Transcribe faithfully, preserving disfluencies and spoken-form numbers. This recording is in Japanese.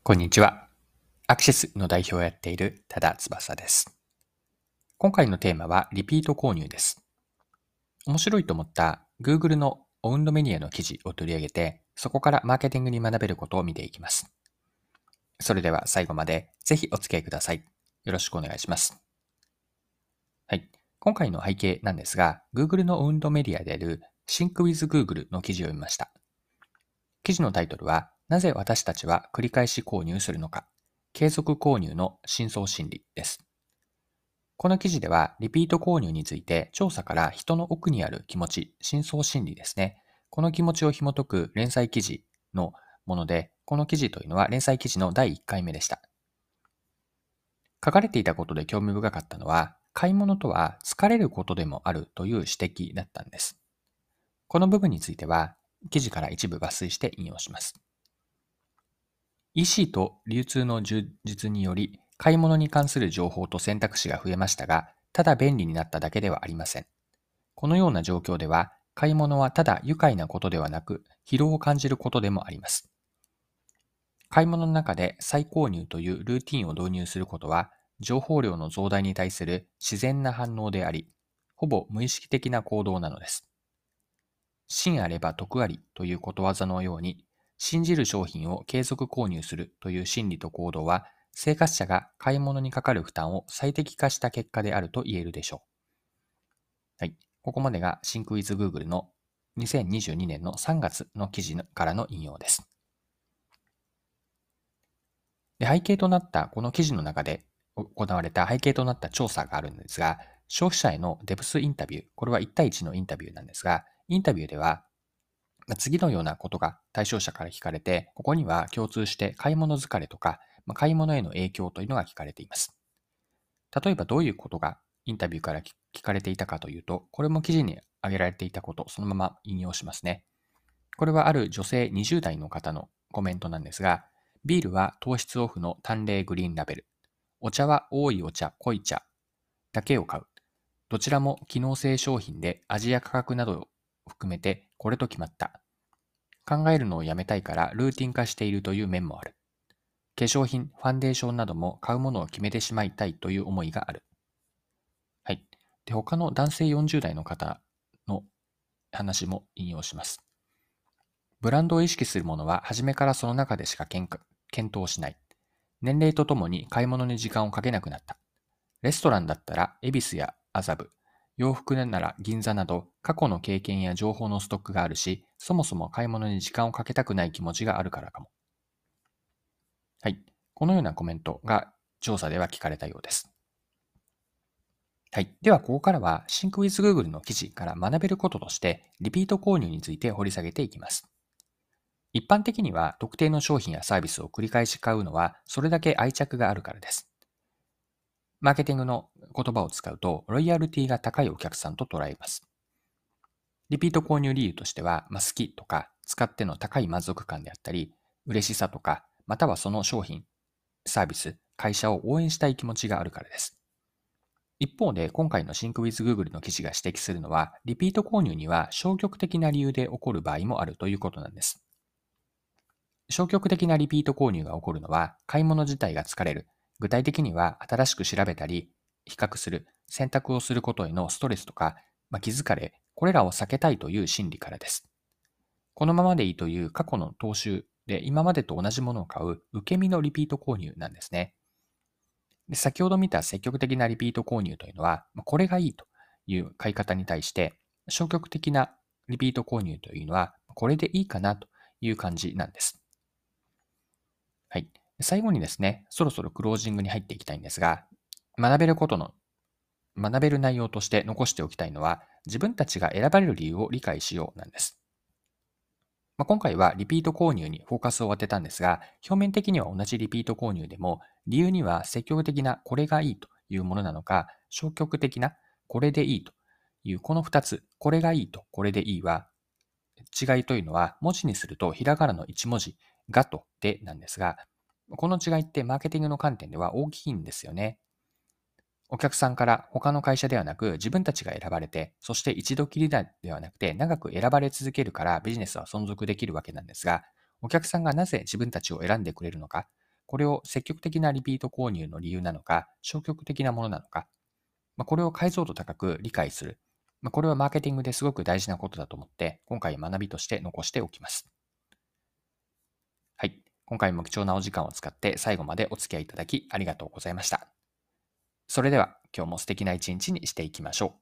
こんにちは。アクシスの代表をやっている多田翼です。今回のテーマはリピート購入です。面白いと思った Google のオウンドメディアの記事を取り上げて、そこからマーケティングに学べることを見ていきます。それでは最後までぜひお付き合いください。よろしくお願いします。はい。今回の背景なんですが、Google のオウンドメディアである Sync with Google の記事を読みました。記事のタイトルは、なぜ私たちは繰り返し購入するのか、継続購入の深層心理です。この記事では、リピート購入について調査から人の奥にある気持ち、深層心理ですね。この気持ちを紐解く連載記事のもので、この記事というのは連載記事のだいいっかいめでした。書かれていたことで興味深かったのは、買い物とは疲れることでもあるという指摘だったんです。この部分については、記事から一部抜粋して引用します。イーシー と流通の充実により、買い物に関する情報と選択肢が増えましたが、ただ便利になっただけではありません。このような状況では、買い物はただ愉快なことではなく、疲労を感じることでもあります。買い物の中で再購入というルーティンを導入することは、情報量の増大に対する自然な反応であり、ほぼ無意識的な行動なのです。信あれば得ありということわざのように、信じる商品を継続購入するという心理と行動は、生活者が買い物にかかる負担を最適化した結果であると言えるでしょう。はい。ここまでが Sync with Google のにせんにじゅうにねんのさんがつの記事からの引用です。で、背景となったこの記事の中で行われた背景となった調査があるんですが、消費者へのデプスインタビュー、これはいち対いちのインタビューなんですが、インタビューでは、次のようなことが対象者から聞かれて、ここには共通して買い物疲れとか、買い物への影響というのが聞かれています。例えばどういうことがインタビューから聞かれていたかというと、これも記事に挙げられていたこと、そのまま引用しますね。これはある女性にじゅう代の方のコメントなんですが、ビールは糖質オフの淡麗グリーンラベル。お茶は多いお茶、濃い茶だけを買う。どちらも機能性商品で味や価格などを含めてこれと決まった。考えるのをやめたいからルーティン化しているという面もある。化粧品、ファンデーションなども買うものを決めてしまいたいという思いがある。はい。で、他の男性よんじゅう代の方の話も引用します。ブランドを意識するものは初めからその中でしか検討しない。年齢とともに買い物に時間をかけなくなった。レストランだったら恵比寿や麻布、洋服なら銀座など過去の経験や情報のストックがあるし、そもそも買い物に時間をかけたくない気持ちがあるからかも。はい。このようなコメントが調査では聞かれたようです。はい。では、ここからは Sync with Google の記事から学べることとして、リピート購入について掘り下げていきます。一般的には、特定の商品やサービスを繰り返し買うのは、それだけ愛着があるからです。マーケティングの言葉を使うと、ロイヤルティが高いお客さんと捉えます。リピート購入理由としては、まあ、好きとか、使っての高い満足感であったり、嬉しさとか、またはその商品、サービス、会社を応援したい気持ちがあるからです。一方で、今回の Sync with Google の記事が指摘するのは、リピート購入には消極的な理由で起こる場合もあるということなんです。消極的なリピート購入が起こるのは、買い物自体が疲れる。具体的には、新しく調べたり、比較する、選択をすることへのストレスとか、まあ、気づかれ、これらを避けたいという心理からです。このままでいいという過去の踏襲で今までと同じものを買う受け身のリピート購入なんですね。で、先ほど見た積極的なリピート購入というのは、これがいいという買い方に対して、消極的なリピート購入というのは、これでいいかなという感じなんです。はい。最後にですね、そろそろクロージングに入っていきたいんですが、学べることの、学べる内容として残しておきたいのは、自分たちが選ばれる理由を理解しようなんです。まあ、今回はリピート購入にフォーカスを当てたんですが、表面的には同じリピート購入でも、理由には積極的なこれがいいというものなのか、消極的なこれでいいというこのふたつ、これがいいとこれでいいは、違いというのは文字にするとひらがなのいち文字、がとでなんですが、この違いってマーケティングの観点では大きいんですよね。お客さんから他の会社ではなく自分たちが選ばれて、そして一度きりだではなくて長く選ばれ続けるからビジネスは存続できるわけなんですが、お客さんがなぜ自分たちを選んでくれるのか、 これを積極的なリピート購入の理由なのか、消極的なものなのか、まあ、これを解像度高く理解する。まあ、これはマーケティングですごく大事なことだと思って、今回学びとして残しておきます。はい。今回も貴重なお時間を使って最後までお付き合いいただきありがとうございました。それでは今日も素敵な一日にしていきましょう。